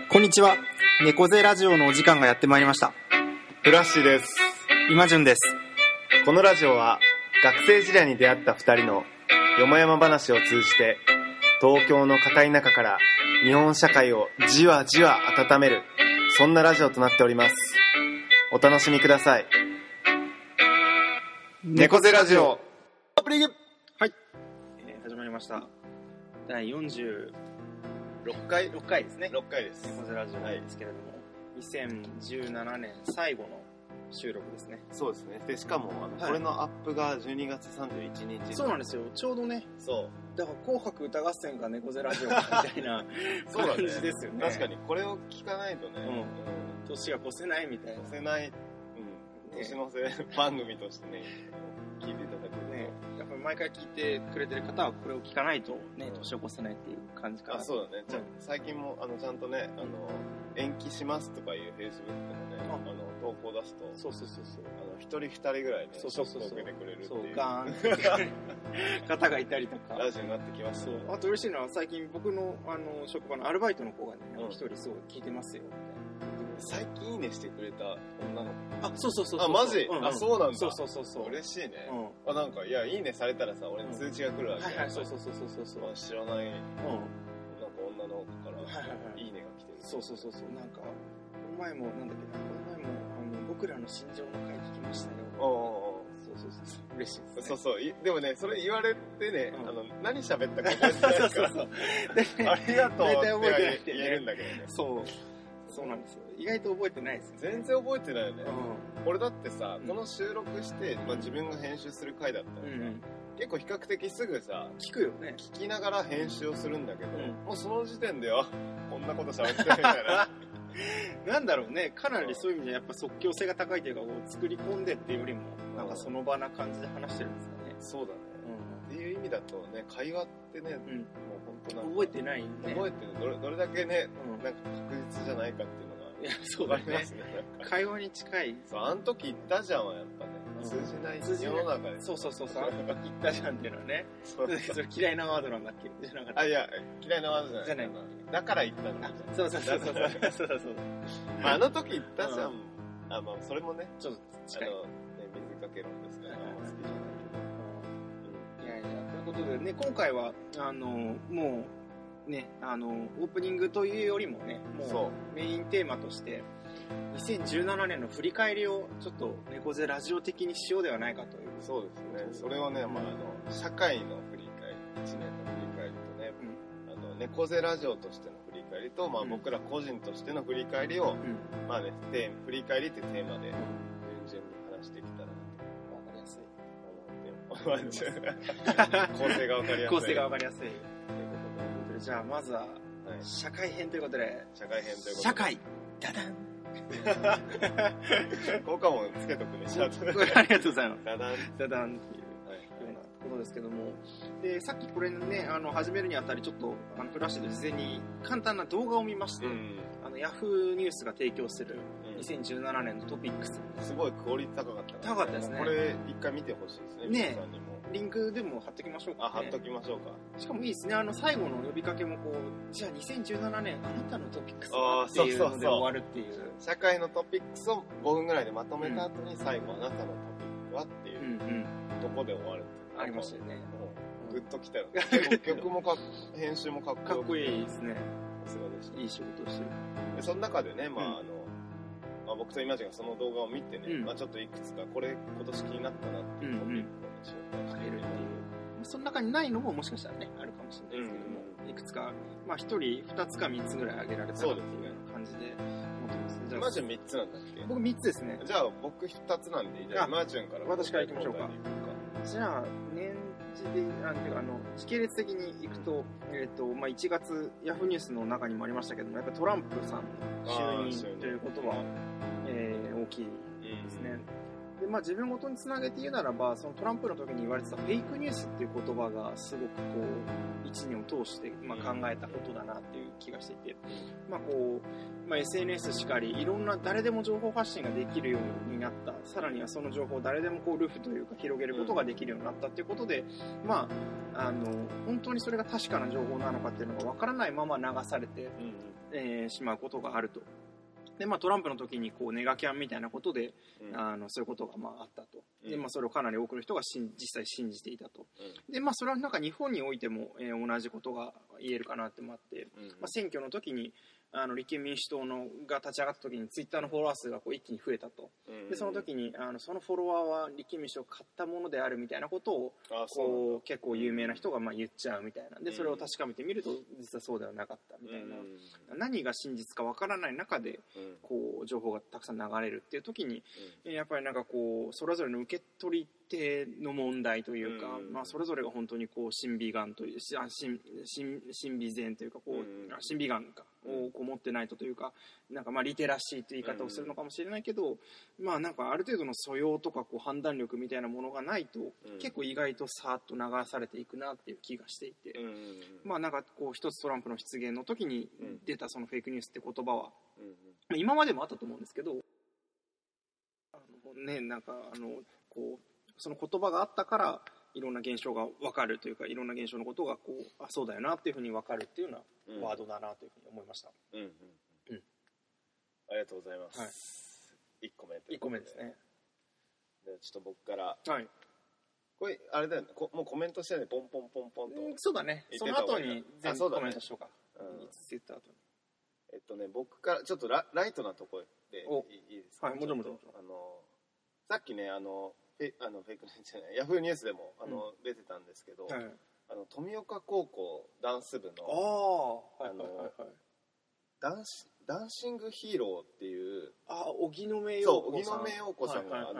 こんにちは。猫背ラジオのお時間がやってまいりました。 フラッシュです。 今順です。 このラジオは学生時代に出会った2人のよもやま話を通じて東京の片田舎から日本社会をじわじわ温める、そんなラジオとなっております。お楽しみください。猫背ラジオオープニング。 はい、始まりました。第46回ですね。 6回です。 猫背ラジオですけれども、2017年最後の収録ですね。 そうですね。でしかもこれのアップが12月31日。 そうなんですよ。ちょうどね。 そう。 だから紅白歌合戦か猫背ラジオかみたいな感じですよね。 確かにこれを聞かないとね、 年が越せないみたいな。 越せない、年のせ番組としてね、聞いていただくね。 やっぱり毎回聞いてくれてる方はこれを聞かないとね、年を越せないっていう感じかな。 そうだね。最近もちゃんとね、延期しますとかいう Facebook のね、投稿出すと、 そう 1人2人ぐらいね、 そう受けてくれるっていう、 そうガーンって方がいたりとか、 ラジオになってきましたね。 あと嬉しいのは最近僕の職場のアルバイトの子がね、一人すごい聞いてますよみたいな。 最近いいねしてくれた女の子。 あ、そうあ、マジ？そうなんだ。 そう嬉しいね。なんかいや、いいねされたらさ、俺に通知が来るわけ。 そう知らないなんか女の子からいいねが来てる。 そうなんかこの前も僕らの心情の回聞きましたよ。そう嬉しいですね。 そうでもね、それ言われてね、何喋ったか覚えてないから、ありがとうって言えるんだけどね。 そうなんですよ。意外と覚えてないですよ。 全然覚えてないよね。俺だってさ、この収録して、自分が編集する回だったらさ、結構比較的すぐさ、 聞くよね。 聞きながら編集をするんだけど、もうその時点ではこんなこと喋ってるみたいな。 なんだろうね、かなりそういう意味でやっぱ即興性が高いというか、作り込んでっていうよりも、なんかその場な感じで話してるんですかね。 そうだね。っていう意味だとね、会話ってね、もう本当なんか覚えてないね。 覚えてる。どれだけね、なんか確実じゃないかっていうのが、 いや、そうだね。会話に近い。 そう、あの時言ったじゃんはやっぱね、通じない世の中で。 そう、あの時言ったじゃんっていうのはね。それ嫌いなワードなんだっけ？じゃなかった。 いや、嫌いなワードじゃない。だから言ったの。 そう。 あの時言ったじゃん。それもね、 ちょっと近い。 水かけ論ですから、好きじゃないけど。 ということでね、今回は、もう、ね、オープニングというよりもね、もうメインテーマとして、2017年の振り返りをちょっと猫背ラジオ的にしようではないかという。 そうですね。それをね、社会の振り返り、1年の振り返りとね、猫背ラジオとしての振り返りと、僕ら個人としての振り返りを、振り返りってテーマで順々に話してきたらわかりやすい。 構成がわかりやすい。 構成がわかりやすい。ということで、じゃあまずは、社会編ということで、社会ダダン効果音つけとくね。 ありがとうございます。 ダダンっていうようなことですけども、でさっきこれね、始めるにあたりちょっとフラッシュで事前に簡単な動画を見まして、ヤフーニュースが提供する2017年のトピックス、 すごいクオリティ高かったね。 高かったですね。 これ一回見てほしいですね。皆さんにもリンクでも貼っておきましょうか、ね。 貼っときましょうか。 しかもいいですね。最後の呼びかけもこう、じゃあ2017年あなたのトピックスはっていうので終わるっていう。 社会のトピックスを5分ぐらいでまとめた後に最後あなたのトピックはっていうとこで終わるっていう。 ありましたよね。 グッときたよ。曲も編集もかっこいいですね。 さすがでした。 いい仕事をしてる。 でその中でね、僕と今ちゃんがその動画を見てね、ちょっといくつかこれ今年気になったなっていうトピックを紹介しているっていう。 その中にないのももしかしたらね、あるかもしれないですけども、いくつか、1人2つか3つぐらい挙げられたらっていうような感じで思ってます。 じゃあ、マーチュン3つなんだっけ？ 僕3つですね。 じゃあ、僕2つなんで、じゃあ、マーチュンから。 私から行きましょうか。じゃあ、年次で、時系列的に行くと、1月、ヤフーニュースの中にもありましたけども、やっぱトランプさんの就任ということは、大きいですね。で自分ごとにつなげて言うならば、そのトランプの時に言われてたフェイクニュースっていう言葉がすごくこう一年を通して、考えたことだなっていう気がしていて、SNS しかりいろんな誰でも情報発信ができるようになった。さらにはその情報を誰でもこうルフというか広げることができるようになったっていうことで、本当にそれが確かな情報なのかっていうのが分からないまま流されて、 しまうことがあると。でトランプの時にこうネガキャンみたいなことで、そういうことがあったと。でそれをかなり多くの人が実際信じていたと。でそれはなんか日本においても、同じことが言えるかなってもあって、選挙の時に立憲民主党が立ち上がった時にツイッターのフォロワー数がこう一気に増えたと。でその時にそのフォロワーは立憲民主党を買ったものであるみたいなことをこう結構有名な人が言っちゃうみたいな。でそれを確かめてみると実はそうではなかったみたいな、何が真実かわからない中でこう情報がたくさん流れるっていう時に、やっぱりなんかこうそれぞれの受け取り手の問題というか、それぞれが本当にこう審美眼という審美善というかこう審美眼をこう持ってないというか、なんかリテラシーという言い方をするのかもしれないけど、なんかある程度の素養とかこう判断力みたいなものがないと、結構意外とさーっと流されていくなっていう気がしていて、なんかこう一つトランプの出現の時に出たそのフェイクニュースって言葉は、今までもあったと思うんですけど、なんかこうその言葉があったからいろんな現象が分かるというか、いろんな現象のことがこうそうだよなっていうふうに分かるっていうようなワードだなというふうに思いました。 ありがとうございます。はい、1個目 1個目ですね。 でちょっと僕から、 はい、 これあれだよね、もうコメントしてね、ポンポンポンポンと。 そうだね。その後に全部コメントしようか。いつ言った後に。 僕からちょっとライトなところでいいですか。 はい、もちろんもちろん。 さっきねフェイクニュースじゃない、ヤフーニュースでも出てたんですけど、富岡高校ダンス部のダンシングヒーローっていう荻野目洋子さんが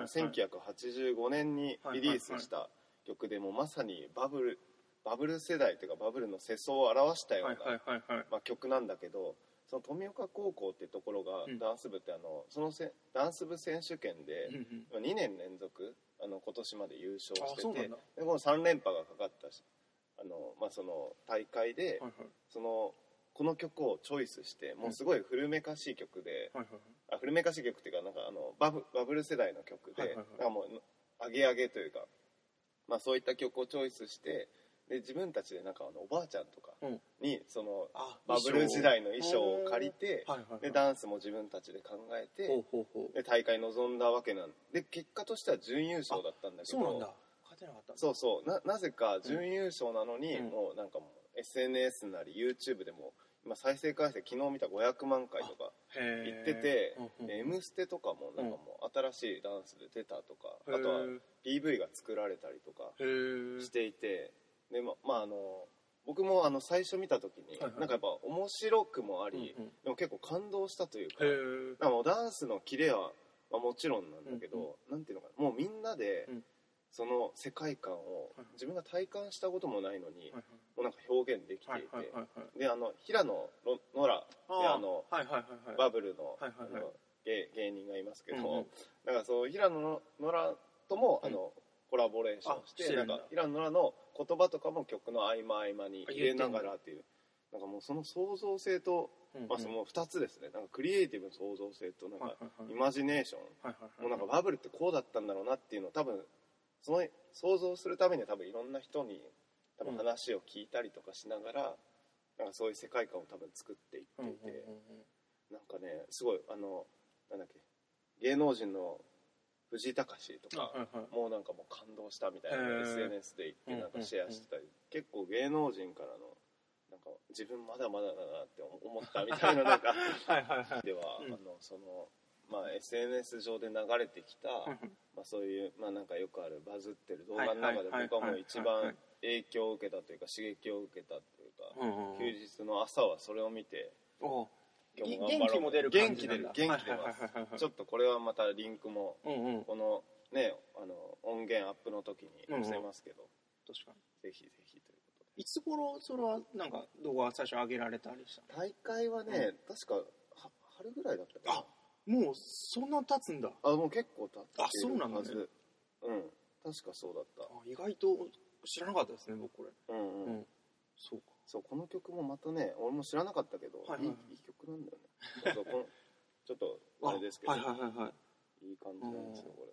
1985年にリリースした曲で、もまさにバブル世代というかバブルの世相を表したような曲なんだけど、その富岡高校っていうところがダンス部ってそのダンス部選手権で2年連続今年まで優勝してて、でこの3連覇がかかったしその大会でこの曲をチョイスして、もうすごい古めかしい曲で、古めかしい曲っていうか、なんかバブル世代の曲で、なんかもうアゲアゲというか、そういった曲をチョイスして、で自分たちでなんかおばあちゃんとかにそのバブル時代の衣装を借りて、でダンスも自分たちで考えて、で大会臨んだわけなんで、結果としては準優勝だったんだけど、 そうなんだ、勝てなかったんだ。 そうなぜか準優勝なのに、もうなんかもう SNS なり YouTube でも今再生回数昨日見た500万回とか言ってて、M ステとかもなんかもう新しいダンスで出たとか、あとは PV が作られたりとかしていて、で僕も最初見た時になんかやっぱ面白くもあり、でも結構感動したというか、なんかダンスのキレはもちろんなんだけど、なんていうのかな、もうみんなでその世界観を自分が体感したこともないのにもうなんか表現できていて、で平野ノラってバブルの芸人がいますけど、なんかそう平野ノラともコラボレーションして、なんか平野ノラの言葉とかも曲の合間合間に入れながらっていう、なんかもうその創造性と、その2つですね、なんかクリエイティブの創造性となんかイマジネーション、もうなんかバブルってこうだったんだろうなっていうのを多分その想像するためには多分いろんな人に多分話を聞いたりとかしながら、なんかそういう世界観を多分作っていっていて、なんかねすごいなんだっけ、芸能人の藤井隆とかもうなんかもう感動したみたいな SNS で言ってなんかシェアしてたり、結構芸能人からのなんか自分まだまだだなって思ったみたいななんかではそのSNS 上で流れてきたそういうなんかよくあるバズってる動画の中で僕はもう一番影響を受けたというか刺激を受けたというか、休日の朝はそれを見て元気も出る感じなんだ。 元気出ます。ちょっとこれはまたリンクもこのね音源アップの時に載せますけど、 確かにぜひぜひということで。 いつ頃それはなんか動画最初上げられたりした？ 大会はね、確か春ぐらいだったかな。 もうそんな経つんだ。 もう結構経ってるはず。 そうなんだね。 確かそうだった。 意外と知らなかったですね、僕これ。そうか。 そう、この曲もまたね、俺も知らなかったけど、いい曲なんだよね。ちょっとあれですけど、いい感じなんですよこれ。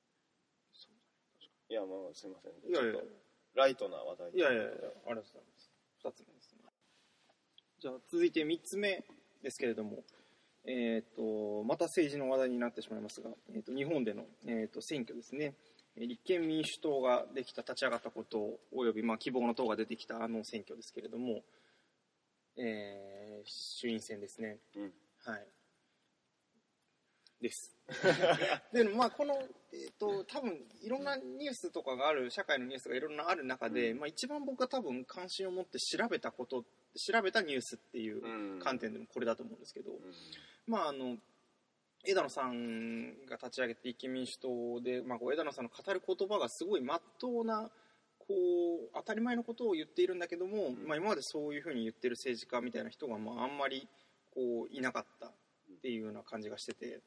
いやすいません。ちょっとライトな話題。 いやありがとうございます。2つ目ですね。じゃあ続いて3つ目ですけれども、また政治の話題になってしまいますが、日本での、選挙ですね。立憲民主党ができた、立ち上がったことおよび、希望の党が出てきた選挙ですけれども、衆院選ですね。はい。です。でこの、多分いろんなニュースとかがある、社会のニュースがいろんなある中で、一番僕が多分関心を持って調べたニュースっていう観点でもこれだと思うんですけど、枝野さんが立ち上げて立憲民主党で、枝野さんの語る言葉がすごい真っ当な当たり前のことを言っているんだけども、今までそういうふうに言ってる政治家みたいな人があんまりいなかったっていうような感じがしてて、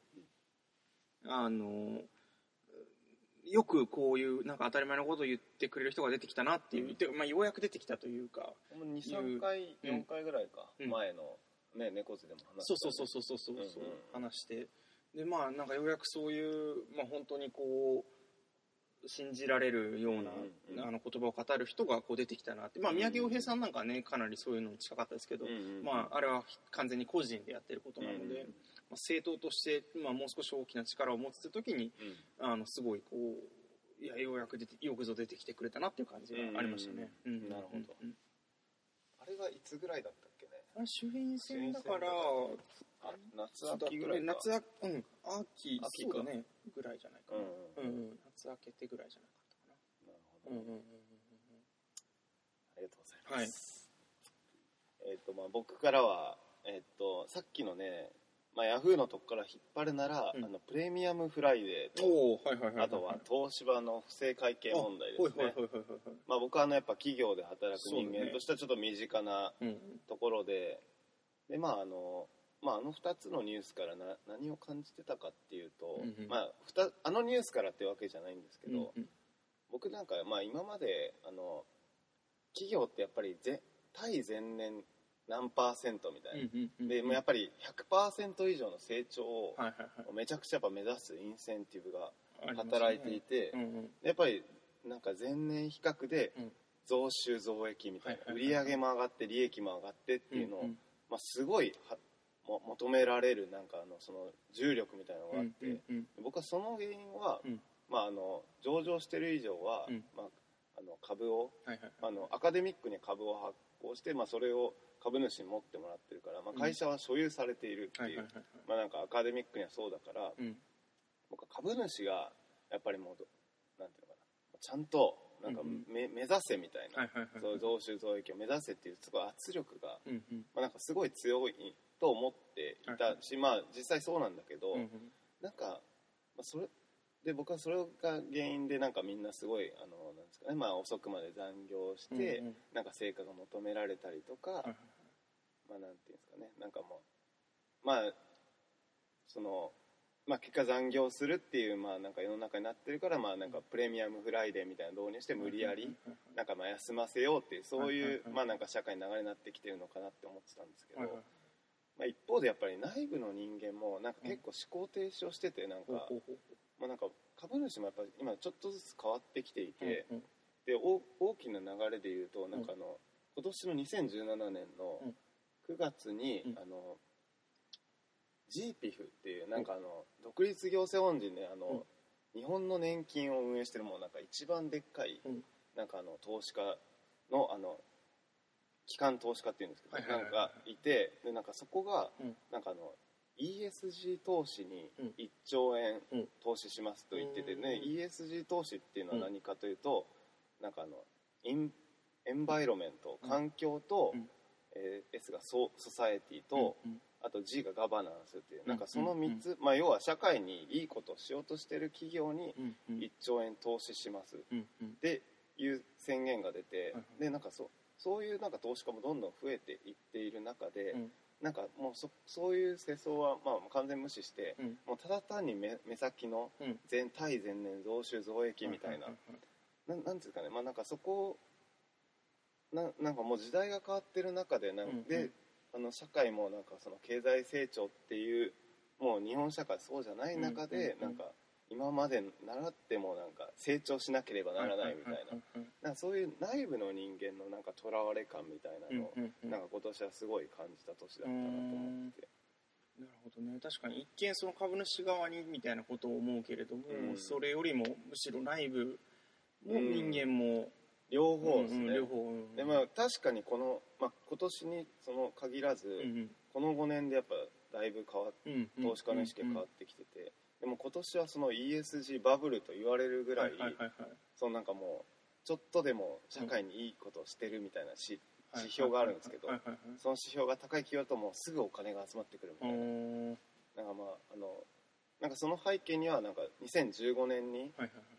よくこういう当たり前のことを言ってくれる人が出てきたなっていう、ようやく出てきたというか、 2、3回、4回ぐらいか、前の、ね、猫背でも話して、 そう話して、でようやくそういう、本当に信じられるような、言葉を語る人が出てきたなって、宮城洋平さんなんかねかなりそういうのに近かったですけど、あれは完全に個人でやってることなので、政党として、もう少し大きな力を持つときに、すごいようやくよくぞ出てきてくれたなっていう感じがありましたね。 なるほど。あれがいつぐらいだったっけね。 あれ衆院選だから夏秋ぐらいか。 秋そうだねぐらいじゃないかな。夏明けてぐらいじゃなかったかな。なるほど。 ありがとうございます。はい、僕からはさっきのね。ヤフーのとこから引っ張るなら、プレミアムフライデーと、あとは東芝の不正会計問題ですね。僕はやっぱ企業で働く人間としてはちょっと身近なところで、であの2つのニュースから何を感じてたかっていうと、あのニュースからってわけじゃないんですけど、僕今まで企業ってやっぱり対前年何パーセントみたいな、でやっぱり 100% 以上の成長をめちゃくちゃやっぱ目指すインセンティブが働いていて、やっぱり前年比較で増収増益みたいな、売上も上がって利益も上がってっていうのを、すごい求められるその重力みたいなのがあって、僕はその原因は、上場してる以上は、株を、アカデミックに株を発行して、それを株主に持ってもらってるから、会社は所有されているっていう、アカデミックにはそうだから、僕は株主がやっぱりもうなんていうのかな、ちゃんと目指せみたいな、そういう増収増益を目指せっていうすごい圧力が、すごい強いと思っていたし、実際そうなんだけど、それで僕はそれが原因でみんなすごいなんですかね、遅くまで残業して、成果が求められたりとか、なんていうんですかね、結果残業するっていう世の中になってるから、プレミアムフライデーみたいなの導入して無理やり休ませようっていう、そういう社会の流れになってきてるのかなって思ってたんですけど、一方でやっぱり内部の人間も結構思考停止をしてて、株主もやっぱり今ちょっとずつ変わってきていて、で大きな流れでいうと今年の2017年の9月にGPIF っていう独立行政法人で日本の年金を運営してるもう一番でっかい投資家の機関投資家っていうんですけど、いて、でそこがESG 投資に1兆円投資しますと言っててね、ESG 投資っていうのは何かというと、エンバイロメント、環境と、S がソサエティと、あと G がガバナンスっていう、その3つ、要は社会にいいことをしようとしてる企業に1兆円投資しますっていう宣言が出て、でそういう投資家もどんどん増えていっている中で、もうそういう世相は完全無視して、もうただ単に目先の対前年増収増益みたいな、なんていうかね、そこもう時代が変わってる中でで社会もその経済成長っていうもう日本社会そうじゃない中で今まで習ってもなんか成長しなければならないみたいな、なんかそういう内部の人間のなんかとらわれ感みたいなのを、なんか今年はすごい感じた年だったなと思って。 なるほどね。確かに一見その株主側にみたいなことを思うけれども、それよりもむしろ内部の人間も、 両方ですね。 両方。 で確かにこの、今年にその限らず、この5年でやっぱだいぶ投資家の意識が変わってきてて、でも今年はその ESG バブルと言われるぐらい、そのなんかもうちょっとでも社会にいいことをしてるみたいな指標があるんですけど、その指標が高い企業だともうすぐお金が集まってくるみたいな。なんかなんかその背景にはなんか2015年に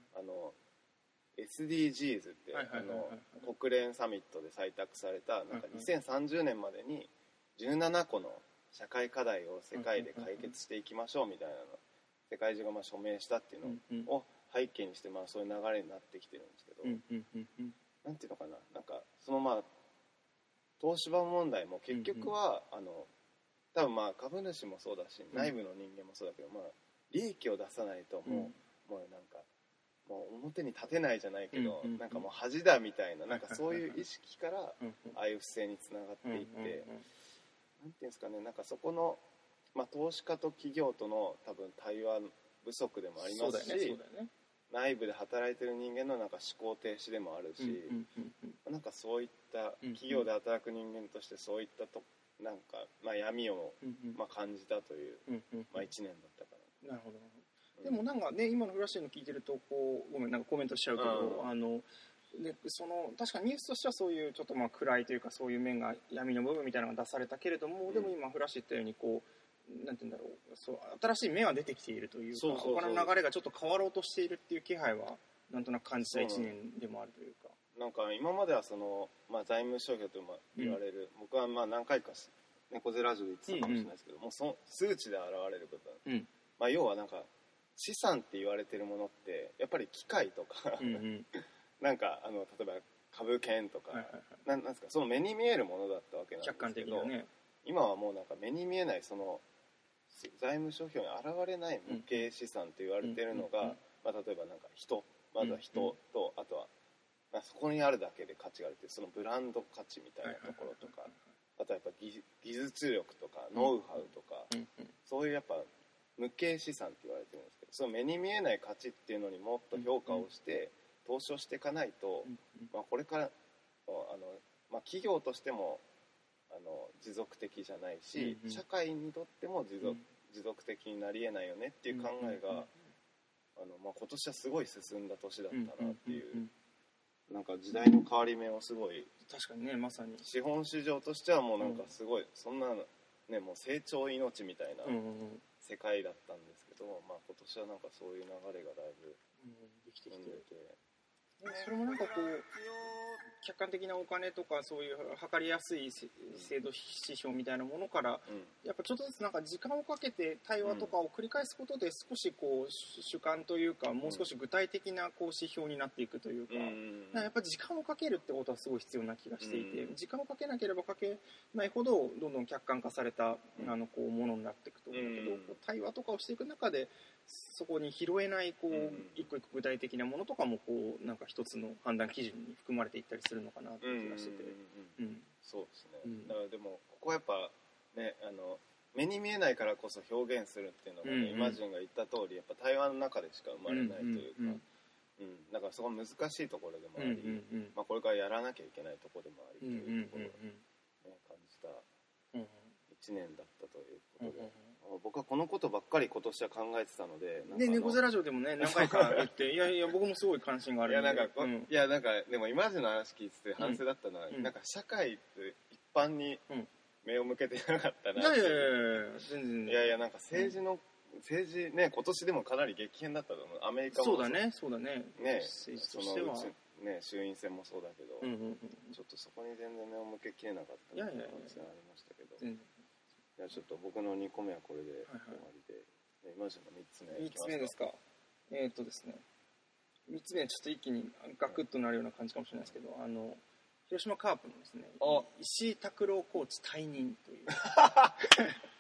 SDGs って国連サミットで採択されたなんか2030年までに17個の社会課題を世界で解決していきましょうみたいなの世界中が署名したっていうのを背景にしてそういう流れになってきてるんですけど、なんていうのかな、なんかその東芝問題も結局は多分株主もそうだし内部の人間もそうだけど利益を出さないともうなんかもう表に立てないじゃないけど、なんかもう恥だみたいな、なんかそういう意識からああいう不正につながっていって、なんていうんですかね、なんかそこの投資家と企業との多分対話不足でもありますし、内部で働いてる人間のなんか思考停止でもあるし、なんかそういった企業で働く人間としてそういったなんか闇を感じたという1年だったかな。 なるほど。でもなんかね、今のフラッシュの聞いてるとごめんなんかコメントしちゃうけど、確かにニュースとしてはそういうちょっと暗いというかそういう面が闇の部分みたいなのが出されたけれども、でも今フラッシュ言ったようになんて言うんだろう、新しい芽は出てきているというか、お金の流れがちょっと変わろうとしているっていう気配はなんとなく感じた1年でもあるというか。 なんか今までは財務諸表と言われる、僕は何回か猫背ラジオで言ってたかもしれないですけど、もうその数値で現れること、要はなんか資産って言われてるものってやっぱり機械とかなんか例えば株券とか、なんですか、その目に見えるものだったわけなんですけど、客観的なね、今はもうなんか目に見えないその財務諸表に現れない無形資産と言われているのが、例えばなんかまずは人と、あとはそこにあるだけで価値があるっていうそのブランド価値みたいなところとか、あとはやっぱ技術力とかノウハウとか、そういうやっぱ無形資産って言われてるんですけど、その目に見えない価値っていうのにもっと評価をして投資をしていかないと、これから企業としても持続的じゃないし、社会にとっても持続的になりえないよねっていう考えが今年はすごい進んだ年だったなっていう、なんか時代の変わり目をすごい、 確かにね、まさに資本市場としてはもうなんかすごい、そんなね、もう成長命みたいな世界だったんですけど、今年はなんかそういう流れがだいぶできてきてそれもなんか客観的なお金とかそういう測りやすい制度指標みたいなものから、やっぱちょっとずつなんか時間をかけて対話とかを繰り返すことで少し主観というかもう少し具体的な指標になっていくというか、やっぱり時間をかけるってことはすごい必要な気がしていて、時間をかけなければかけないほどどんどん客観化されたものになっていくと思うんだけど、対話とかをしていく中でそこに拾えない一個一個具体的なものとかもなんか一つの判断基準に含まれていったりするのかなという気がしてて、 そうですね、だからでもここはやっぱね、目に見えないからこそ表現するっていうのがね、イマジンが言った通りやっぱ対話の中でしか生まれないというか、だからそこは難しいところでもあり、これからやらなきゃいけないところでもありというところを、感じた1年だったということで、僕はこのことばっかり今年は考えてたので、 猫背ラジオでもね何回か言っていや僕もすごい関心があるんで、 いやなんかでもイマジンの話聞いてて反省だったのは、なんか社会って一般に目を向けてなかったなって、 全然いやなんか政治ね、今年でもかなり激変だったと思う。アメリカもそうだね政治としてはね、衆院選もそうだけど、ちょっとそこに全然目を向けきれなかったなって感じがありましたけど、いやちょっと僕の2個目はこれで終わりで、イマジンの3つ目いきますか。 3つ目ですか。ですね、3つ目はちょっと一気にガクッとなるような感じかもしれないですけど、広島カープのですね、石井拓郎コーチ退任という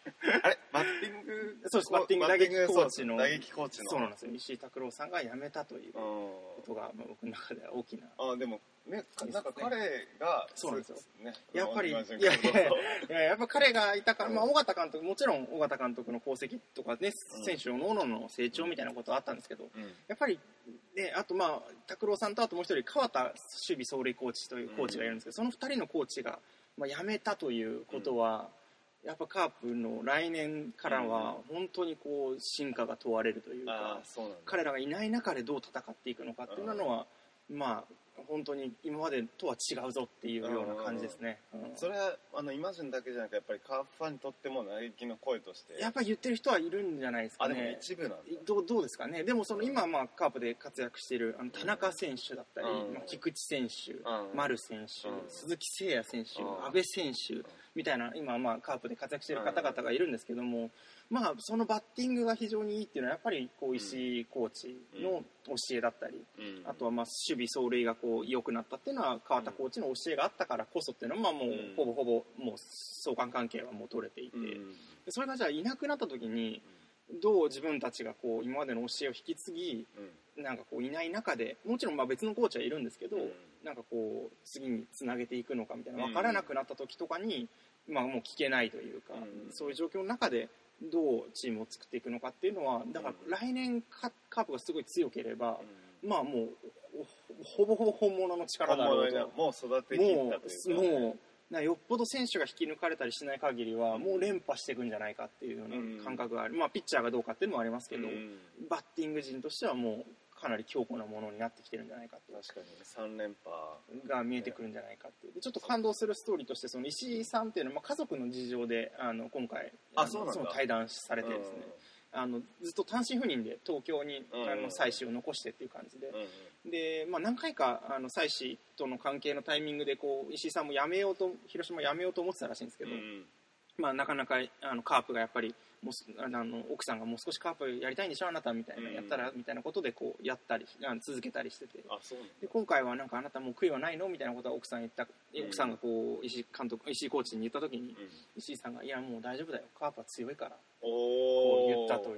あれバッティングそうです、バッティング打撃コーチの。 打撃コーチの。 そうなんですよ。石井拓郎さんが辞めたということが、まあ、僕の中では大きな。 でもね、なんか彼が、 そうなんですよ。 ね、 やっぱり、やっぱ彼がいたから、まあ、尾形監督、もちろん尾形監督の功績とかね、選手のの成長みたいなことはあったんですけど、やっぱり、ね、あとまあ、拓郎さんとあともう一人、川田守備走塁コーチというコーチがいるんですけど、その二人のコーチが、まあ、辞めたということは、やっぱカープの来年からは本当にこう進化が問われるというか、彼らがいない中でどう戦っていくのかっていうのは、まあ本当に今までとは違うぞっていうような感じですね。 それはイマジンだけじゃなくやっぱりカープファンにとっても嘆きの声としてやっぱり言ってる人はいるんじゃないですかね。 でも一部なんだ。 どうですかね。でも今まあカープで活躍している田中選手だったり、菊池選手、丸選手、鈴木誠也選手、阿部選手みたいな今まあカープで活躍している方々がいるんですけども、まあそのバッティングが非常にいいっていうのはやっぱりこう石井コーチの教えだったり、あとはまあ守備走塁がこう良くなったっていうのは川田コーチの教えがあったからこそっていうのはまあもうほぼほぼもう相関関係はもう取れていて、それがじゃあいなくなった時にどう自分たちがこう今までの教えを引き継ぎ、なんかこういない中でもちろんまあ別のコーチはいるんですけど、なんかこう次につなげていくのかみたいな分からなくなった時とかに、まあもう聞けないというか、そういう状況の中でどうチームを作っていくのかっていうのはだから来年カープがすごい強ければ、まあもうほぼほぼ本物の力だろうと、 もう育てきったというか、 もうよっぽど選手が引き抜かれたりしない限りはもう連覇していくんじゃないかっていうような感覚がある、まあピッチャーがどうかっていうのもありますけど、バッティング陣としてはもうかなり強固なものになってきてるんじゃないかっていう。 確かに3連覇が見えてくるんじゃないかっていう。ちょっと感動するストーリーとしてその石井さんっていうのは、まあ、家族の事情で今回その対談されてですね、ずっと単身赴任で東京に妻子を残してっていう感じで、で、まあ、何回か妻子との関係のタイミングでこう石井さんも広島辞めようと思ってたらしいんですけど、まあ、なかなかカープがやっぱりもう奥さんがもう少しカープやりたいんでしょあなたみたいな、やったらみたいなことでこうやったり続けたりしてて、で今回はなんかあなたもう悔いはないのみたいなことは奥さんがこう石井コーチに言った時に、石井さんがいやもう大丈夫だよカープは強いからこう言ったという。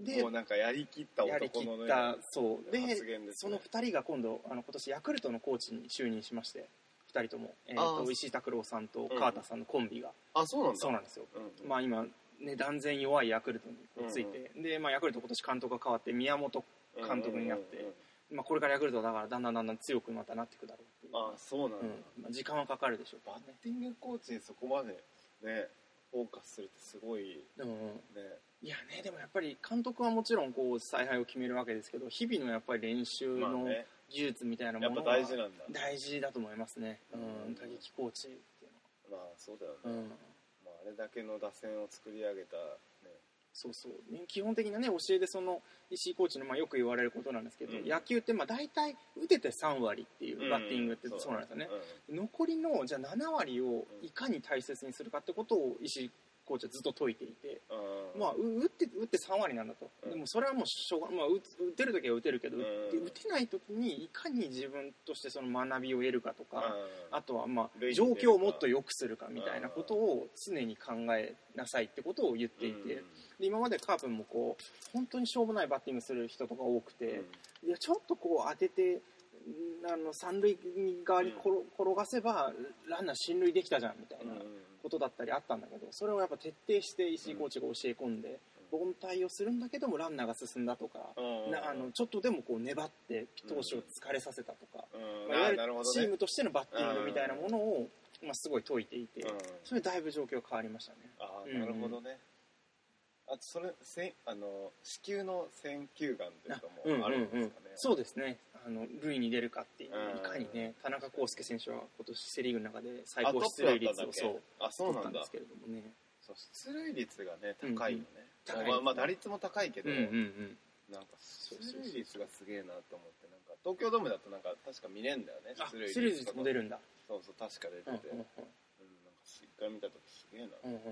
でもうなんかやりきった男のね、 そうでその2人が今度今年ヤクルトのコーチに就任しまして、2人とも、石井拓郎さんと川田さんのコンビが、 そうなんですよ、まあ今ね断然弱いヤクルトについて、でまあヤクルト今年監督が変わって宮本監督になって、まあこれからヤクルトだからだんだん強くまたなっていくだろうっていう。 そうなんだ、 まあ、時間はかかるでしょうバッティングコーチにそこまでねフォーカスするってすごい、 いやね、でもやっぱり監督はもちろんこう采配を決めるわけですけど、日々のやっぱり練習の技術みたいなものは大事だと思いますね。打撃コーチっていうのは。まあそうだよね。まああれだけの打線を作り上げたね。 基本的なね教えでその石井コーチのよく言われることなんですけど、野球ってまあ大体打てて3割っていうバッティングってそうなんですよね。残りのじゃあ7割をいかに大切にするかってことを石井コーチはずっと解いていて、まあ打って3割なんだと。でもそれはもうしょうがない、まあ、打てる時は打てるけど、打てない時にいかに自分としてその学びを得るかとか、あとはまあ状況をもっと良くするかみたいなことを常に考えなさいってことを言っていて、で今までカープもこう本当にしょうもないバッティングする人とか多くて、いやちょっとこう当てて三塁側に転がせばランナー進塁できたじゃんみたいなことだったりあったんだけど、それをやっぱ徹底して石井コーチが教え込んで、凡退をするんだけどもランナーが進んだとか、ちょっとでもこう粘って投手を疲れさせたとか、いわゆるチームとしてのバッティングみたいなものをすごい解いていて、それだいぶ状況変わりましたね。 なるほどね。あとそれ子宮の選球眼っていうのもあるんですかね。 そうですね。塁に出るかっていう、いかにね、田中康介選手は今年セ・リーグの中で最高出塁率を取ったんですけれどもね。 出塁率がね高いよね。まあ打率も高いけど、なんか出塁率がすげえなと思って、なんか東京ドームだとなんか確か見れんだよね。 出塁率も出るんだ。 そう確か出てて、なんか一回見た時すげえな。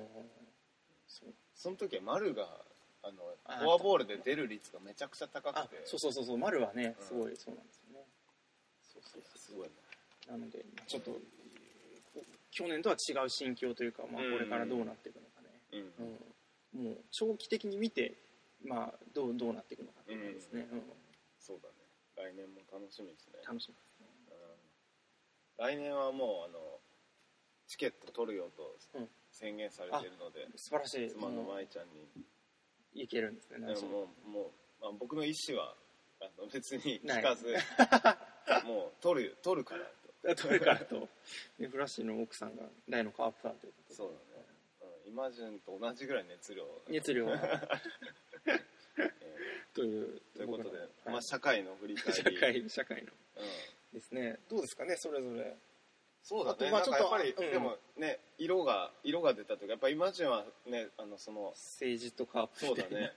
その時は丸がフォアボールで出る率がめちゃくちゃ高くて、 そう丸はねすごいそうなんですよね。 すごいなのでちょっと去年とは違う心境というか、まあこれからどうなっていくのかね。 もう長期的に見て、まあ、どうなっていくのかっていうですね、 そうだね。来年も楽しみですね。 楽しみですね。 来年はもうチケット取るよと宣言されているので、 素晴らしい。 妻の舞ちゃんに行けるんですね。 もう、まあ、僕の意思は別に聞かずもう取るからとフラッシュの奥さんが大のカープファンということで。 そうだね、イマジンと同じぐらい熱量ということで、まあ、社会の振り返り社会の、ですね。どうですかね、それぞれ。 そうだね。なんかやっぱり、でもね、色が出たというか、やっぱイマジンはね、その政治とカープそうだね。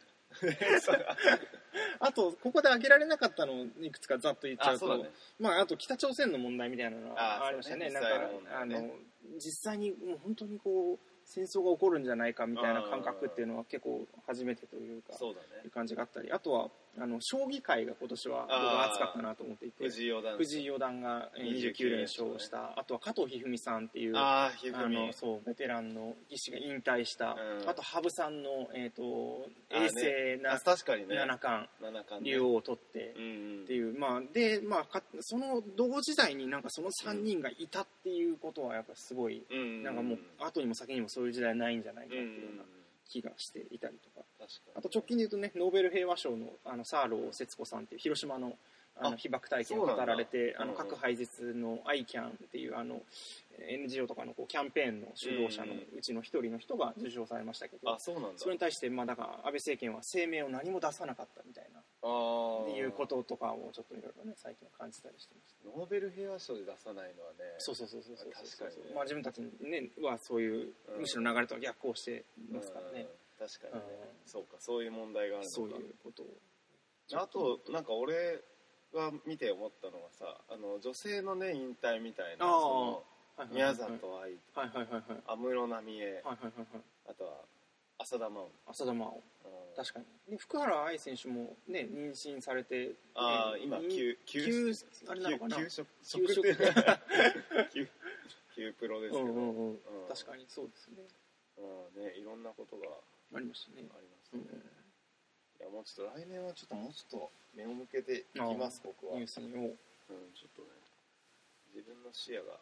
あとここで挙げられなかったのをいくつかざっと言っちゃうと、まああと北朝鮮の問題みたいなのがありましたね。なんか実際にもう本当にこう戦争が起こるんじゃないかみたいな感覚っていうのは結構初めてというか、いう感じがあったり、あとは将棋界が今年は僕は熱かったなと思っていて、藤井四段が29連勝した、あとは加藤一二三さんっていうそうベテランの棋士が引退した、あと羽生さんの永世な七冠竜王を取ってっていう、まあその同時代になんかその3人がいたっていうことはやっぱすごい、なんかもう後にも先にもそういう時代ないんじゃないかっていうような気がしていたりとか、あと直近で言うとね、ノーベル平和賞のサーロー節子さんっていう広島の被爆体験を語られて、核廃絶の ICAN っていうNGO とかのこうキャンペーンの主導者のうちの一人の人が受賞されましたけど、それに対してだから安倍政権は声明を何も出さなかったみたいなっていうこととかをちょっといろいろね最近感じたりしてました。 ノーベル平和賞で出さないのはね、 そう確かに、まあ自分たちねはそういうむしろ流れとは逆行してますからね。 確かにね、そういう問題があるのか。 そういうことを。 あとなんか俺が見て思ったのはさ、女性のね引退みたいな、宮里藍、安室奈美恵、あとは浅田真央、 確かに。福原愛選手もね妊娠されて、 今あれなのかな、 休プロですけど、 確かにそうですね。 ね、いろんなことがありましたね。 いやもうちょっと来年はちょっと目を向けていきます。僕はニュースにもちょっとね、自分の視野が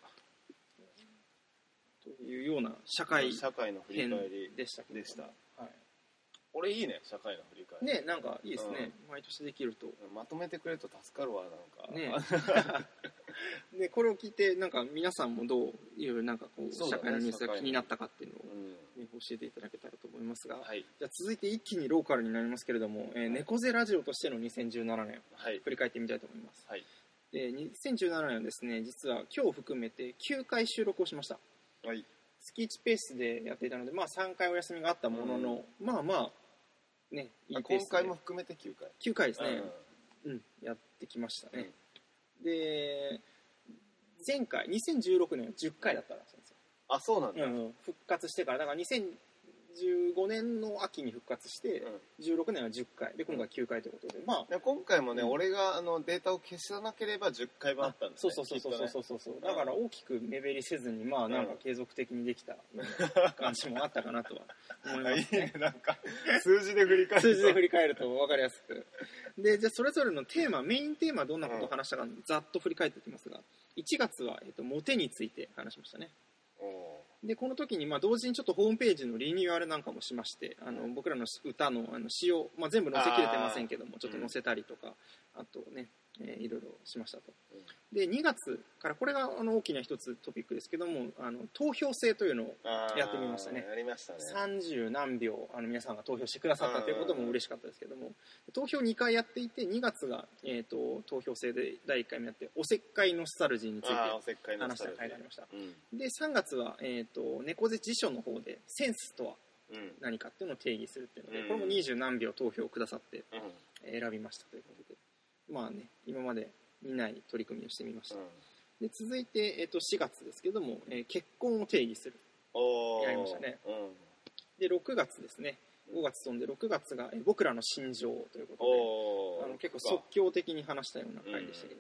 というような社会の振り返りでした。俺いいね、社会の振り返りね、なんかいいですね、毎年できるとまとめてくれると助かるわ、なんかねでこれを聞いてなんか皆さんもどういうなんかこう社会のニュースが気になったかっていうのを、教えていただけたらと思いますが、じゃあ続いて一気にローカルになりますけれども、猫背ラジオとしての2017年、振り返ってみたいと思います。で2017年はですね、実は今日含めて9回収録をしました。月1ペースでやっていたので、まあ3回お休みがあったものの、まあね、いいペースで今回も含めて9回ですね、やってきましたね。で前回2016年は10回だったらしいんですよ。 そうなんだ。 復活してからだから2015年の秋に復活して、16年は10回で今回9回ということで、まあ今回もね、俺がデータを消さなければ10回分あったんだね。 そうだから大きく目減りせずに、まあなんか継続的にできた感じもあったかなとは思いますね。 なんか数字で振り返ると分かりやすく。でじゃあそれぞれのテーマ、メインテーマどんなことを話したかざっと振り返っていきますが、1月はモテについて話しましたね。でこの時に同時にちょっとホームページのリニューアルなんかもしまして、僕らの歌の詩を、全部載せきれてませんけどもちょっと載せたりとか、あとね、いろいろしましたと。で2月からこれが大きな一つトピックですけども、投票制というのをやってみましたね。 やりましたね。 30何秒皆さんが投票してくださったということも嬉しかったですけども、投票2回やっていて、2月が、投票制で第1回目やっておせっかいノスタルジーについて話した回がありました。で3月は、猫背辞書の方でセンスとは何かっていうのを定義するっていうので、これも20何秒投票をくださって選びましたということで、まあね、今まで見ない取り組みをしてみました。で続いて、4月ですけども、結婚を定義するやりましたね。で6月ですね、5月飛んで6月が僕らの心情ということで、結構即興的に話したような回でしたけども、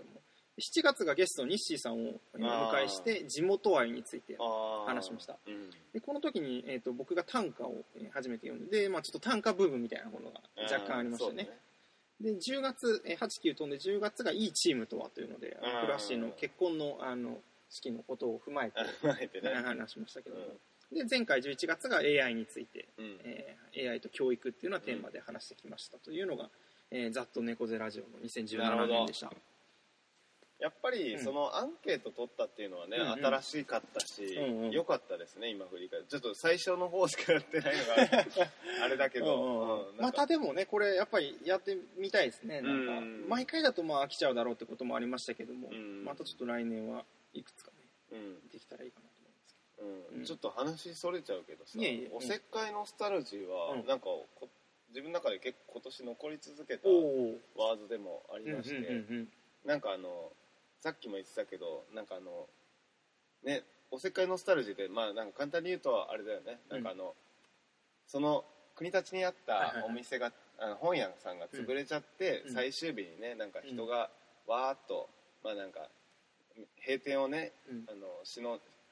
7月がゲストニッシーさんをお迎えして地元愛について話しました。でこの時に、僕が短歌を初めて読んで、ちょっと短歌ブームみたいなものが若干ありましたね。で10月8、9飛んで10月がいいチームとはというのでクラッシーの結婚の式のことを踏まえて話しましたけども、で前回11月が AI について、AI と教育っていうのはテーマで話してきましたというのが、ざっと猫背ラジオの2017年でした。 やっぱりそのアンケート取ったっていうのはね、新しかったし、良かったですね。今振り返るちょっと最初の方しかやってないのがあれだけど、 またでもねこれやっぱりやってみたいですね。なんか毎回だと飽きちゃうだろうってこともありましたけども、またちょっと来年はいくつかね、できたらいいかなと思いますけど、 ちょっと話それちゃうけどさ、おせっかいノスタルジーはなんか自分の中で結構今年残り続けたワードでもありまして、なんかさっきも言ってたけど、なんかね、おせっかいノスタルジーで、なんか簡単に言うとあれだよね、なんかその国立にあったお店が、本屋さんが潰れちゃって、最終日にね、なんか人がわーっと、なんか閉店をね、忍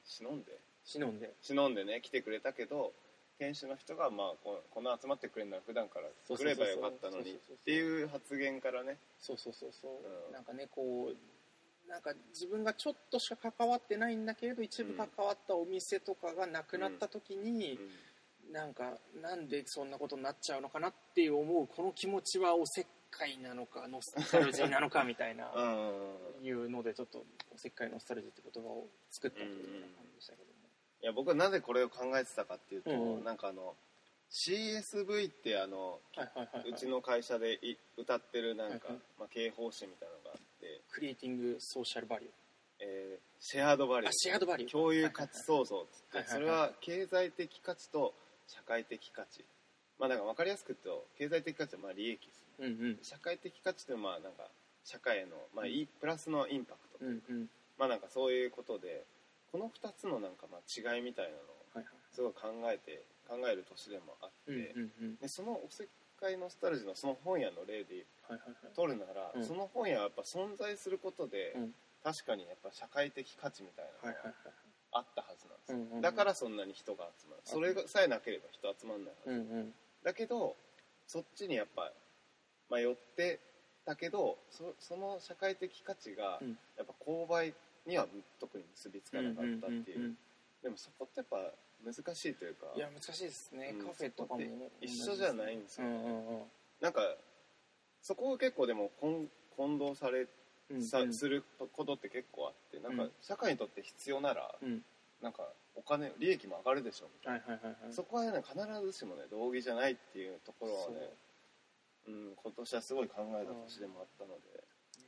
んでね来てくれたけど、店主の人がこの集まってくれるのは普段から来ればよかったのにっていう発言からね、 なんかねこうなんか自分がちょっとしか関わってないんだけれど一部関わったお店とかがなくなった時に、なんでそんなことになっちゃうのかなっていう思うこの気持ちはおせっかいなのかノスタルジーなのかみたいないうのでちょっとおせっかいノスタルジーって言葉を作ったというような感じでしたけども、 いや僕はなぜこれを考えてたかっていうと、なんかCSV ってうちの会社で歌ってるなんか、経営方針みたいなのがあって、 クリエイティングソーシャルバリュー、 シェアードバリュー、共有価値創造ってって、それは経済的価値と社会的価値、だから分かりやすく言うと経済的価値は利益ですね、社会的価値っていうのはなんか社会へのプラスのインパクトというか、なんかそういうことでこの2つのなんか違いみたいなのをすごい考える年でもあって、でそのおせっかいノスタルジーのその本屋の例で取るなら、その本屋はやっぱ存在することで、確かにやっぱ社会的価値みたいなのがあったはずなんですよ、だからそんなに人が集まる、それさえなければ人集まんないはず、だけどそっちにやっぱ寄ってたけど、その社会的価値がやっぱ購買には特に結びつかなかったっていう、でもそこってやっぱ難しいというか、 いや難しいですね、カフェとかも一緒じゃないんですよ、なんかそこを結構でも混同されすることって結構あって、なんか社会にとって必要なら、なんかお金利益も上がるでしょみたいな、そこはね必ずしもね道義じゃないっていうところはね、今年はすごい考えた年でもあったので、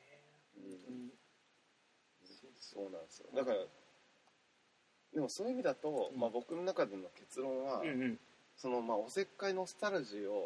そうなんですよ。だからでもそういう意味だと、僕の中での結論は、そのおせっかいノスタルジーを、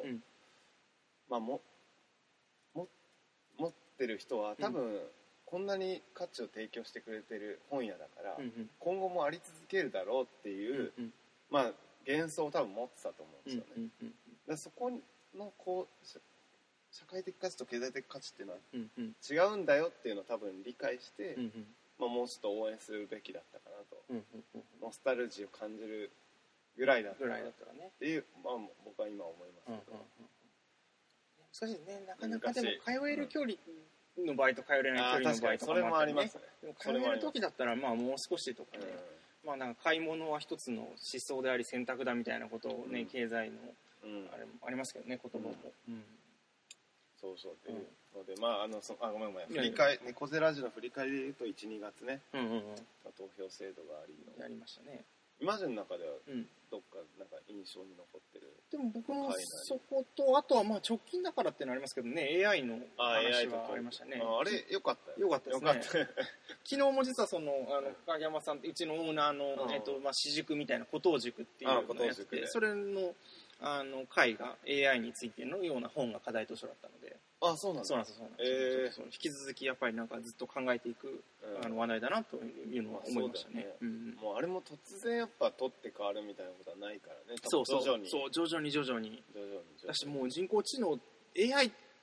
持ってる人は多分、こんなに価値を提供してくれてる本屋だから、今後もあり続けるだろうっていう、幻想を多分持ってたと思うんですよね。でそこの社会的価値と経済的価値っていうのは違うんだよっていうのを多分理解して、もうちょっと応援するべきだったかなと、ノスタルジーを感じるぐらいだったらっていう、僕は今思いますけど、 難しいですね。なかなかでも通える距離の場合と通えない距離の場合とかもあってね、でも通える時だったらもう少しとかね、なんか買い物は一つの思想であり選択だみたいなことをね、経済のあれもありますけどね、言葉も、 そうっていうので、ごめん猫背ラジオの振り返りで言うと 1,2 月ね、投票制度がありのやりましたね。 今までの中ではどっかなんか印象に残ってる、 でも僕もそことあとは直近だからっていうのありますけどね、 AI の話はありましたね。 あれよかったよかったですね昨日も実はその影山さんってうちのオーナーの私塾みたいな古藤塾っていうのをやってて、それの会が AI についてのような本が課題図書だったので、 そうなんです。 引き続きやっぱりなんかずっと考えていく話題だなというのは思いましたね。 もうあれも突然やっぱ取って変わるみたいなことはないからね。 徐々にだしもう人工知能 AI っ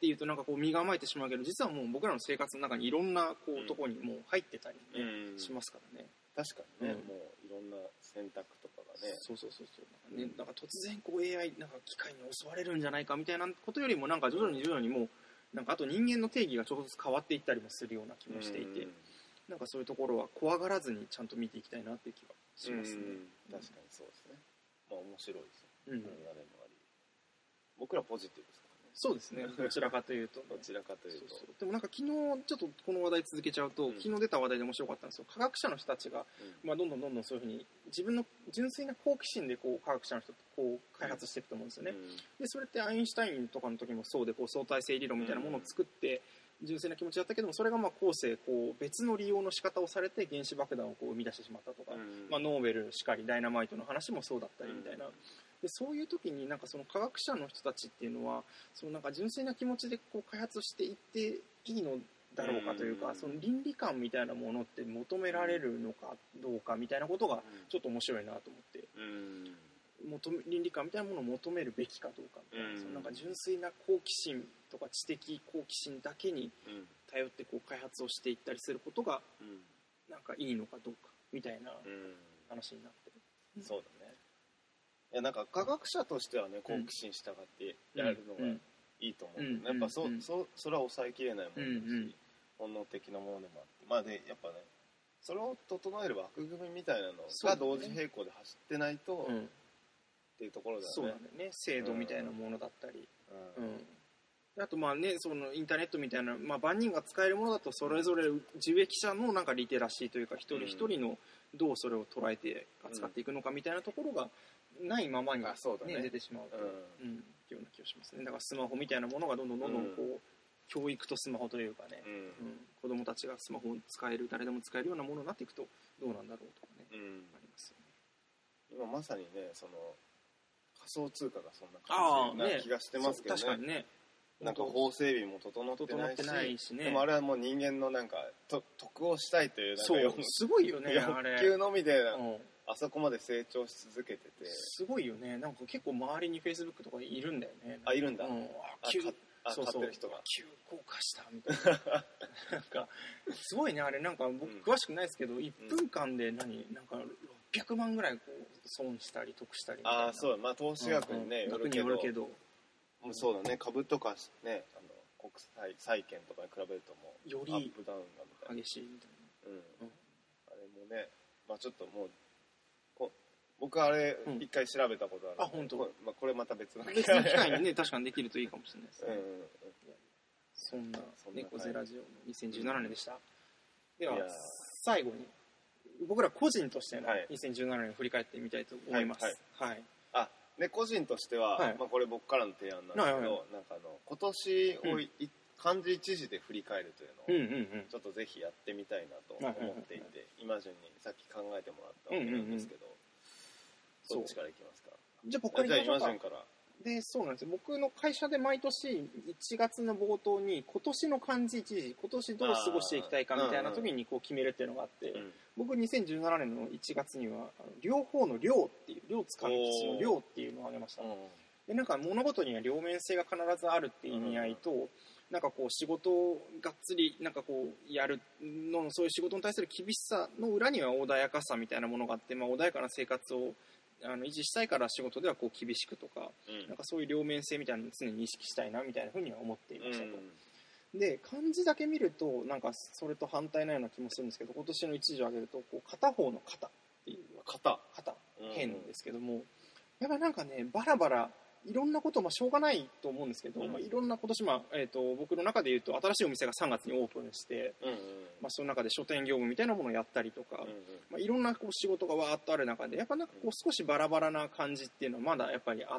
っていうとなんかこう身構えてしまうけど、実はもう僕らの生活の中にいろんなこうとこにもう入ってたり、ねしますからね。 確かにね、もういろんな選択とかがね。 そうね、なんか突然こう AI なんか機械に襲われるんじゃないかみたいなことよりも、なんか徐々にもうなんかあと人間の定義がちょっとずつ変わっていったりもするような気もしていて、なんかそういうところは怖がらずにちゃんと見ていきたいなっていう気がしますね。 確かにそうですね。まあ面白いですよ。僕らポジティブですからね。 そうですね。どちらかというと、ね。 どちらかというと。 そうでもなんか昨日ちょっとこの話題続けちゃうと、昨日出た話題で面白かったんですよ。科学者の人たちが、まあどんどんそういうふうに自分の純粋な好奇心でこう科学者の人とこう開発していくと思うんですよね。でそれってアインシュタインとかの時もそうで、こう相対性理論みたいなものを作って。純粋な気持ちだったけども、それがまあ後世こう別の利用の仕方をされて原子爆弾をこう生み出してしまったとか、まあ、ノーベルしかりダイナマイトの話もそうだったりみたいな、でそういう時になんかその科学者の人たちっていうのはそのなんか純粋な気持ちでこう開発していっていいのだろうかというか、その倫理観みたいなものって求められるのかどうかみたいなことがちょっと面白いなと思って。倫理観みたいなものを求めるべきかどうかみたいな、そのなんか純粋な好奇心とか知的好奇心だけに頼ってこう開発をしていったりすることがなんかいいのかどうかみたいな話になってる。 そうだね。いやなんか科学者としてはね、好奇心従ってやるのがいいと思う。やっぱそれは抑えきれないものだし、本能的なものでもあって、まあでやっぱね、それを整える枠組みみたいなのが同時並行で走ってないと。っていうところだよね。 そうなんだよね。制度みたいなものだったり、あとまあね、そのインターネットみたいな、まあ、万人が使えるものだとそれぞれ受益者のなんかリテラシーというか一人一人のどうそれを捉えて扱っていくのかみたいなところがないままに、ね出てしまうと、いうような気がしますね。だからスマホみたいなものがどんどんこう、教育とスマホというかね、子供たちがスマホを使える、誰でも使えるようなものになっていくとどうなんだろうとかね、ありますよね。 今まさにね、その仮想通貨がそんな感じな気がしてますけどね。 確かにね。 なんか法整備も整ってないし、 ね、 でもあれはもう人間のなんか得をしたいというなんかすごいよね。 欲求のみであそこまで成長し続けてて、 すごいよね。なんか結構周りに Facebook とかいるんだよね。 いるんだ。 買ってる人が急降下したみたいな。なんかすごいねあれ。なんか僕詳しくないですけど、1分間でなんか600万ぐらいこう損したり得したりみたいな。 そう、まあ投資額にね、 額によるけど。 そうだね、株とかね、国際債券とかに比べるともうよりアップダウンが激しいみたいな。 あれもね、まあちょっともう僕あれ一回調べたことある。 本当。 まあこれまた別の機会にね確かにできるといいかもしれないですね。そんな猫背ラジオの2017年でした。では最後に僕ら個人としての2017年を振り返ってみたいと思います。はい。 ね、個人としては、まあ、これ僕からの提案なんですけど、なんか今年を漢字一字で振り返るというのをちょっとぜひやってみたいなと思っていて、今順にさっき考えてもらったわけなんですけど、どっちからいきますか？ じゃあ僕からいきましょうか。 今順から。 でそうなんですよ。僕の会社で毎年1月の冒頭に今年の漢字一字、今年どう過ごしていきたいかみたいな時にこう決めるっていうのがあって、僕2017年の1月には両方の両っていう両使う吉の両っていうのを挙げました。でなんか物事には両面性が必ずあるっていう意味合いと、なんかこう仕事をがっつりなんかこうやるのそういう仕事に対する厳しさの裏には穏やかさみたいなものがあって、まあ、穏やかな生活を維持したいから仕事ではこう厳しくとか、なんかそういう両面性みたいなのを常に意識したいなみたいなふうには思っていましたと。で漢字だけ見るとなんかそれと反対なような気もするんですけど、今年の一字を挙げるとこう片方の肩っていう肩変ですけども、やっぱなんかねバラバラいろんなこと、まあ、しょうがないと思うんですけど、まあ、いろんな今年、まあ僕の中でいうと新しいお店が3月にオープンして、まあ、その中で書店業務みたいなものをやったりとか、まあ、いろんなこう仕事がわーっとある中でやっぱなんかこう少しバラバラな感じっていうのはまだやっぱりあって、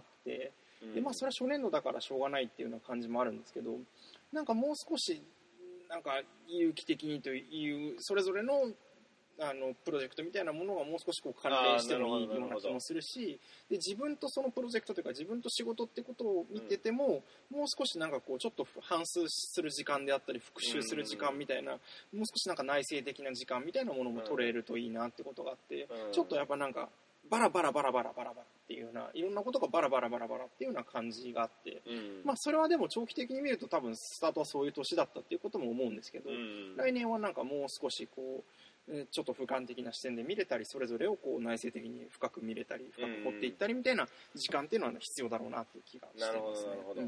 でまあ、それは初年度だからしょうがないっていうような感じもあるんですけど、なんかもう少しなんか有機的にというそれぞれのプロジェクトみたいなものがもう少しこう関連してもいいような気もするし、で自分とそのプロジェクトというか自分と仕事ってことを見てても、もう少しなんかこうちょっと反芻する時間であったり復習する時間みたいな、もう少しなんか内省的な時間みたいなものも取れるといいなってことがあって、ちょっとやっぱなんかバラバラっていうようないろんなことがバラバラっていうような感じがあって、まあそれはでも長期的に見ると多分スタートはそういう年だったっていうことも思うんですけど、来年はなんかもう少しこうちょっと俯瞰的な視点で見れたり、それぞれをこう内省的に深く見れたり深く掘っていったりみたいな時間っていうのは必要だろうなっていう気がしてますね。 なるほど。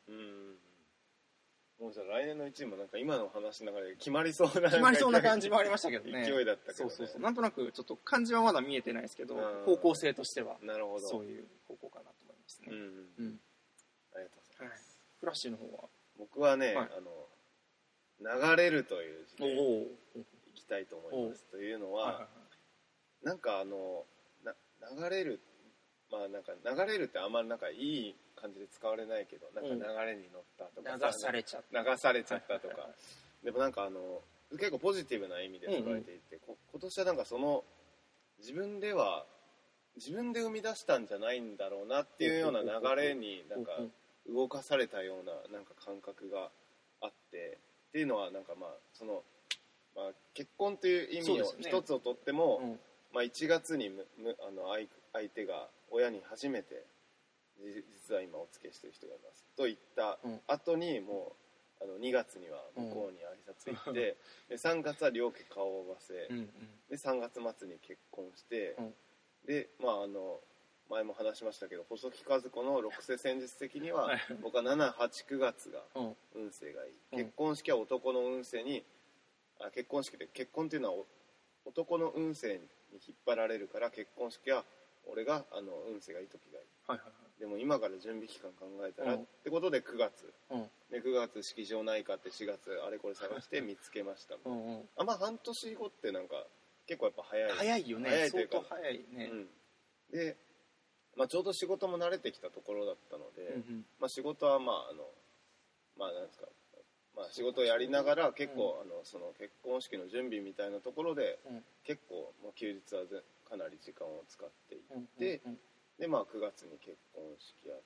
もうじゃあ来年の1位もなんか今の話の中で決まりそうな感じもありましたけどね。 勢いだったけどね。 そうなんとなくちょっと漢字はまだ見えてないですけど、方向性としてはそういう方向かなと思いますね。 ありがとうございます。 フラッシュの方は僕はね、流れるという字でいきたいと思います。というのは、なんか流れる、まあなんか流れるってあんまりなんかいい感じで使われないけど、なんか流れに乗ったとか、 流されちゃったとか、でもなんか結構ポジティブな意味で使われていて、今年はなんかその自分で生み出したんじゃないんだろうなっていうような流れになんか動かされたようななんか感覚があってっていうのはなんかまあ結婚という意味を一つをとっても、まあ1月に相手が親に初めて実は今お付けしてる人がいますと言った後にもう2月には向こうに挨拶行って、で3月は両家顔を合わせ、で3月末に結婚して、でまあ前も話しましたけど細木和子の六世戦術的には僕は7、8、9月が運勢がいい、結婚式は男の運勢に結婚式で結婚っていうのは男の運勢に引っ張られるから結婚式は俺が運勢がいい時がいい、でも今から準備期間考えたら、ってことで9月、で9月式場ないかって4月あれこれ探して見つけました、半年後ってなんか結構やっぱ早いよね。相当早いね。 で、まあ、ちょうど仕事も慣れてきたところだったので、まあ、仕事はまあなんですか、まあ、仕事をやりながら結構その結婚式の準備みたいなところで、結構もう休日はかなり時間を使っていって、でまあ9月に結婚式やって、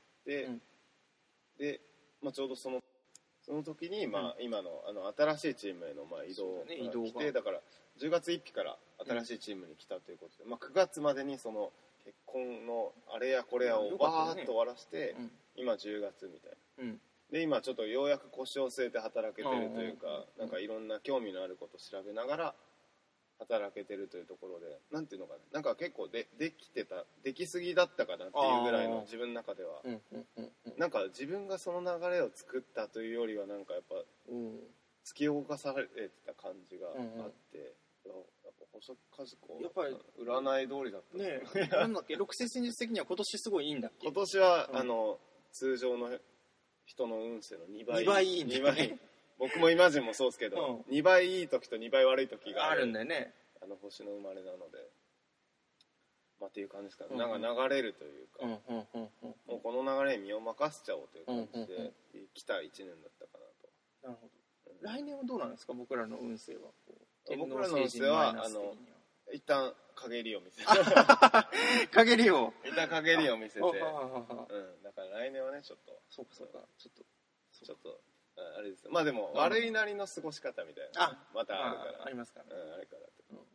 で、まあ、ちょうどその時に、まあ、今の新しいチームへのまあ移動が来て、だから10月1日から新しいチームに来たということで、まあ、9月までにその結婚のあれやこれやをバーッと終わらせて、今10月みたいな、で今ちょっとようやく腰を据えて働けてるというか、なんかいろんな興味のあることを調べながら働けてるというところで、なんていうのかな、なんか結構できすぎだったかなっていうぐらいの自分の中では、なんか自分がその流れを作ったというよりはなんかやっぱ突き動かされてた感じがあって、やっぱ細木和子やっぱり占い通りだったね。なんだっけ、六星戦術的には今年すごいいいんだっけ。 今年は、通常の人の運勢の2倍いいんだよね。 僕もイマジンもそうですけど、2倍いい時と2倍悪い時があるんだよね。 星の生まれなので、まあっていう感じですかね。なんか流れるというか、もうこの流れに身を任せちゃおうという感じで来た1年だったかなと。 なるほど。来年はどうなんですか、僕らの運勢は。 僕らの運勢は一旦陰りを見せて陰りを一旦陰りを見せて、だから来年はねちょっとそうかちょっとあれです。まあでも悪いなりの過ごし方みたいなまたあるからありますからね。 あれからってはい、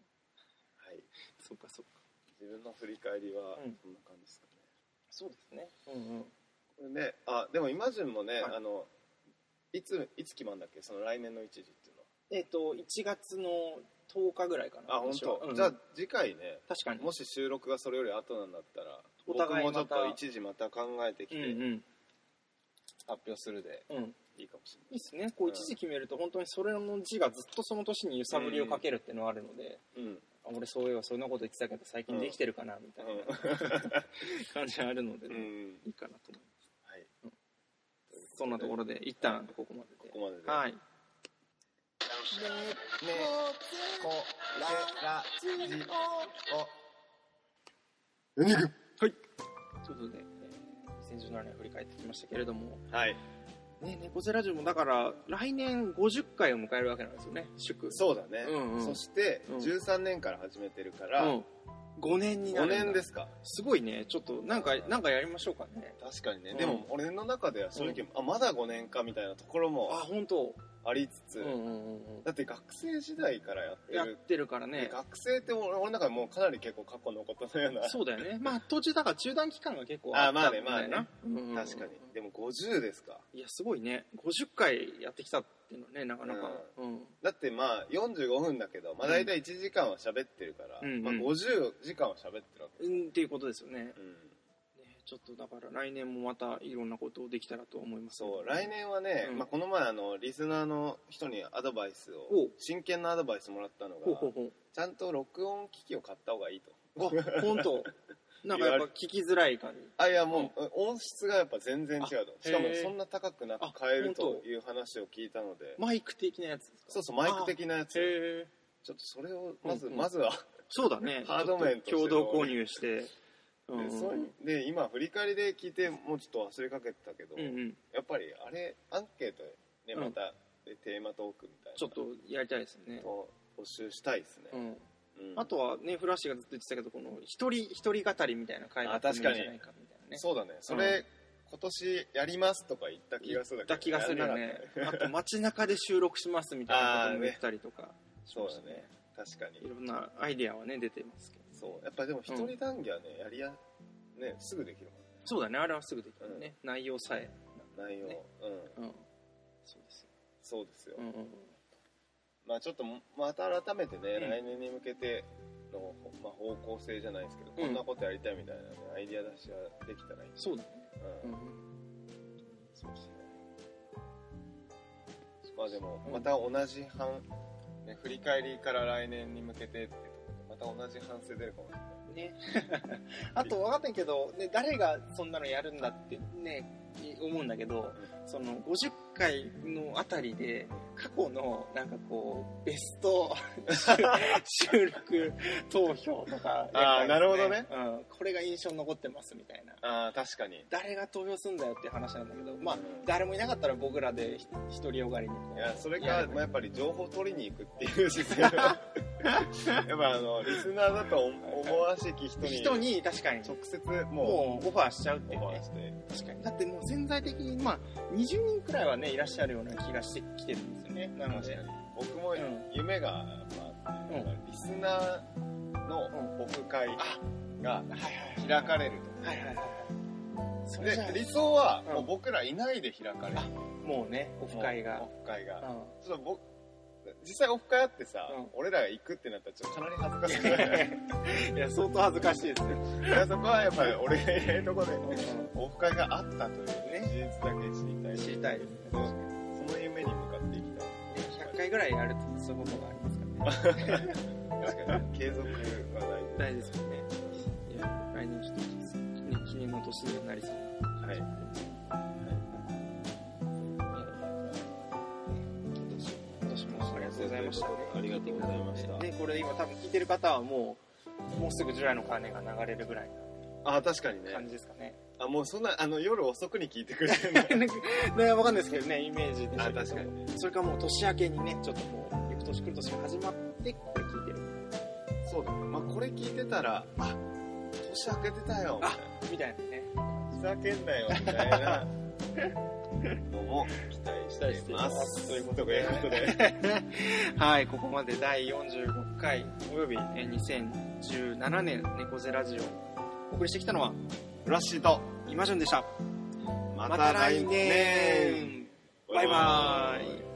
そうか自分の振り返りはそんな感じですかね。 そうですね。 これね、でもイマジンもね、いつ決まるんだっけ、その来年の一時っていうのは。 1月の10日ぐらいかな。 本当。じゃあ次回ね、 確かにもし収録がそれより後なんだったら、 お互い僕もちょっと一時また考えてきて発表するでいいかもしれない。 いいですね。こう一時決めると本当にそれの字がずっとその年に揺さぶりをかけるっていうのがあるので、俺そういえばそんなこと言ってたけど最近できてるかなみたいな感じがあるのでね、いいかなと思います。はい。そんなところで一旦ここまでで。はい。 エンディング。 はい。ということで、2017年振り返ってきましたけれども、 はい。 ね、猫背ラジオもだから来年50回を迎えるわけなんですよね、祝。 そうだね。そして13年から始めてるから、 5年になるんだ。 5年ですか。 すごいね。ちょっとなんかやりましょうかね。 確かにね。でも俺の中では正直、まだ5年かみたいなところも本当ありつつ、だって学生時代からやってるからね。 学生って俺の中でもうかなり結構過去のことのような。 そうだよね。まあ途中だから中断期間が結構あったんだよな。 まあね、確かに。でも50ですか。 いやすごいね。50回やってきたっていうのはね、なかなか。 だってまあ45分だけど、まあ大体1時間は喋ってるから、まあ50時間は喋ってるわけっていうことですよね。ちょっとだから来年もまたいろんなことをできたらと思います。 そう、来年はね、まあこの前リスナーの人にアドバイスを、真剣なアドバイスもらったのが、ちゃんと録音機器を買った方がいいと。 本当。なんかやっぱ聞きづらい感じ。 いやもう音質がやっぱ全然違うと。しかもそんな高くなく買えるという話を聞いたので。 マイク的なやつですか？ そうそう、マイク的なやつ。ちょっとそれをまずはそうだね。 ハード面と共同購入して。 で今振り返りで聞いてもうちょっと忘れかけてたけど、やっぱりあれアンケートでねまたテーマトークみたいなちょっとやりたいですね。 募集したいですね。 あとはねフラッシュがずっと言ってたけどこの一人語りみたいな会があってもいいんじゃないかみたいなね。 そうだね。それ今年やりますとか言った気がする。 言った気がするよね。あと街中で収録しますみたいなことも言ったりとか。 そうだね。確かに。 いろんなアイデアはね出てますけど。 そうやっぱりでも一人談義はねねすぐできるもんね。 そうだね、あれはすぐできるね。内容さえ。 内容、そうですよ。まあちょっとまた改めてね、来年に向けての方向性じゃないですけど、こんなことやりたいみたいなねアイディア出しはできたらいい。 そうだね。 そうですね。まあでもまた同じ振り返りから来年に向けてっていうところでまた同じ反省出るかもしれない。ね、 あと分かんないけど、ね、誰がそんなのやるんだってね思うんだけど、その50回のあたりで過去のなんかこうベスト収録投票とか、 なるほどね、 これが印象に残ってますみたいな。 確かに誰が投票するんだよっていう話なんだけど、まあ誰もいなかったら僕らで独りよがりにそれか、やっぱり情報取りに行くっていう姿勢やっぱリスナーだと思わしき人に確かに直接もうオファーしちゃうっていうね。確かに。だってもう潜在的にまあ20人くらいはねいらっしゃるような気がしてきてるんですよね。なので僕も夢があって、リスナーのオフ会が開かれると。で理想はもう僕らいないで開かれる。 もうねオフ会が。 ちょっと実際オフ会あってさ、俺らが行くってなったらちょっとかなり恥ずかしくない？ いや相当恥ずかしいですよ。 そこはやっぱり俺がいないとこでオフ会があったというね事実だけ知りたいですね。その夢に向かっていきたい。 100回ぐらいやるとそういうことがありますからね。 確かに継続は大事ですよね。いや来年ちょっと記念の年になりそうな。はい。 ありがとうございました。 でこれ今多分聞いてる方はもうすぐジュラの鐘が流れるぐらいな確かにね感じですかね。 もうそんな夜遅くに聞いてくれるね分かんないですけどねイメージで。 確かにね。 それかもう年明けにねちょっとこう翌年来る年が始まってこれ聞いてる。 そうだね。まあこれ聞いてたら年明けてたよみたいなね。 ふざけんなよみたいなのも期待しています。 ということではい、ここまで第45回および2017年猫背ラジオお送りしてきたのはフラッシーとイマジョンでした。 また来年。 バイバーイ。